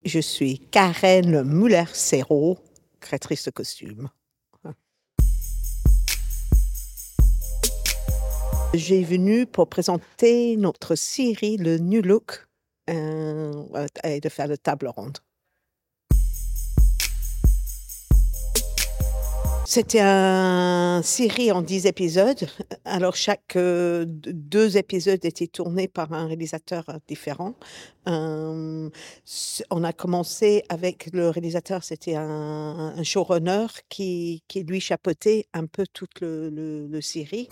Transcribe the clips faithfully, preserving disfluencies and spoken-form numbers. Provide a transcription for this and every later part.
Je suis Karen Muller-Serrault, créatrice de costumes. J'ai venu pour présenter notre série, le New Look, heu, et de faire de table ronde. C'était un série en dix épisodes. Alors chaque, heu, d deux épisodes étaient tournés par un réalisateur, heu, différent. Hem, c on a commencé avec le réalisateur, c'était un un showrunner qui qui lui chapeautait un peu toute le le le série.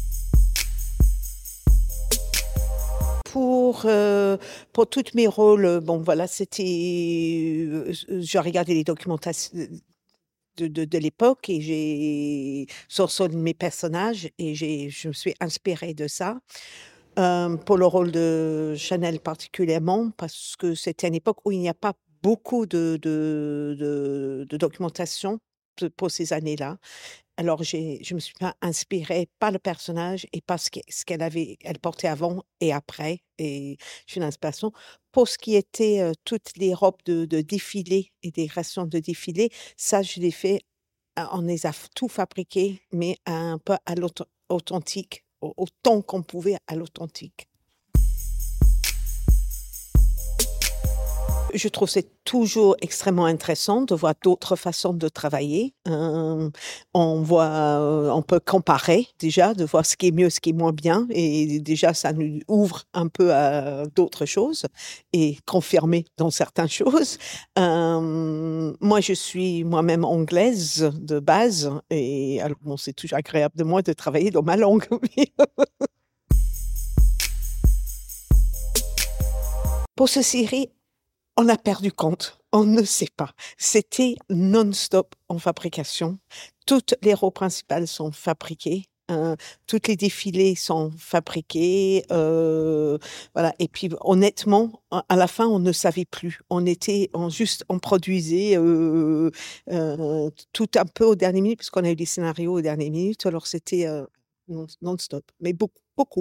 Pour, heu, pour toutes mes rôles, heu, bon voilà, c'était, heu, je regardais les documentations de de de l'époque et j'ai sur sur mes personnages et j'ai je me suis inspirée de ça, hem, pour le rôle de Chanel particulièrement parce que c'était une époque où il n'y a pas beaucoup de de de de documentation p pour ces années-là. Alors j'ai je me suis pas inspirée par le personnage et par ce qu'e ce qu'elle avait elle portait avant et après et j'ai une inspiration. Pour ce qui était, heu, toutes les robes de de défilé et des créations de défilé, ça je l'ai fait, heu, on les a f tout fabriqué, mais un peu à l'authen authentique, au autant qu'on pouvait à l'authentique. Je trouve c'est toujours extrêmement intéressant de voir d'autres façons de travailler. Hem, on voit, heu, on peut comparer déjà, de voir ce qui est mieux, ce qui est moins bien et déjà ça nous ouvre un peu à d'autres choses et confirmer dans certaines choses. Hem, moi je suis moi-même anglaise de base et alors bon, c'est toujours agréable de moi de travailler dans ma langue, oui. Pour ce série, on a perdu compte, on ne sait pas. C'était non-stop en fabrication. Toutes les robes principales sont fabriquées, heu, toutes les défilés sont fabriqués, heu, voilà et puis honnêtement, à à la fin, on ne savait plus. On était on juste on produisait, heu heu, tout un peu aux dernières minutes puisqu'on a eu des scénarios aux dernières minutes, alors c'était, heu, non non-stop, mais beaucoup, beaucoup.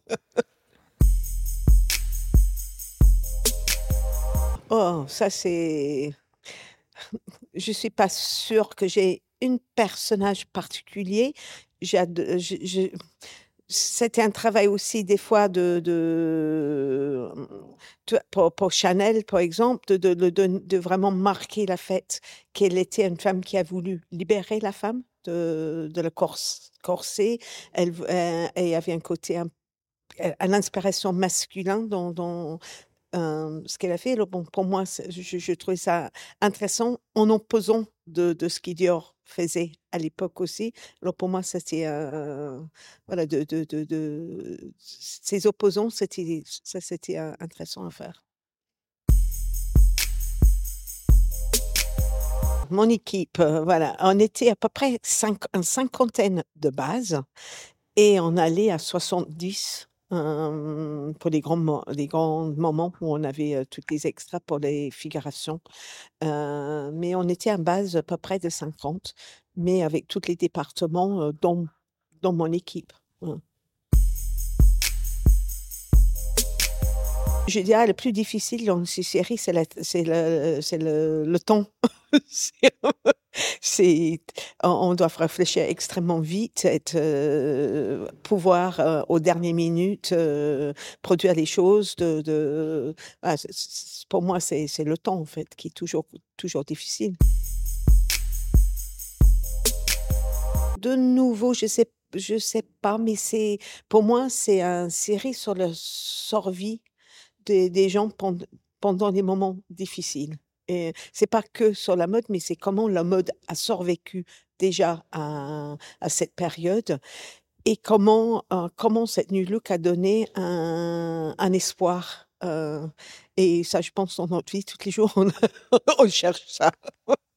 Oh, ça c'est je suis pas sûre que j'ai une personnage particulier. J'ad je je c'était un travail aussi des fois de de, mmh, tu vois, pour pour Chanel, par exemple, de de de de de vraiment marquer la fête, qu'elle était une femme qui a voulu libérer la femme de de le cors corset. Elle v heu, et il y avait un côté un p à l'inspiration masculin dans dans Hem, ce qu'elle a fait, alors bon, pour moi, c'est je je je trouvais ça intéressant en opposant de de ce que Dior faisait à l'époque aussi. Alors pour moi, ça c'est, heu, voilà, de de de de ces opposants, c'était ça c'était, heu, intéressant à faire. Mon équipe, heu, voilà, on était à peu près cinq une cinquantaine de base et on allait à soixante-dix, hem, pour les grands mo les grands moments où on avait, heu, toutes les extras pour les figurations. Heu, mais on était à base à peu près de cinquante, mais avec tous les départements, heu, dans dans mon équipe. Mmh. Je dirais le plus difficile dans ces séries, c'est la c'est le c'est le le temps. C'est c'est on on doit réfléchir extrêmement vite, être, heu, pouvoir, heu, aux dernières minutes, heu, produire les choses de de voilà, c c pour moi, c'est c'est le temps, en fait, qui est toujours toujours difficile. De nouveau, je sais je sais pas, mais c'est pour moi, c'est un série sur le survie des des gens pend pendant des moments difficiles et c'est pas que sur la mode, mais c'est comment la mode a survécu déjà à à cette période et comment, heu, comment cette New Look a donné un un espoir, heu et ça, je pense dans notre vie, tous les jours, on on cherche ça.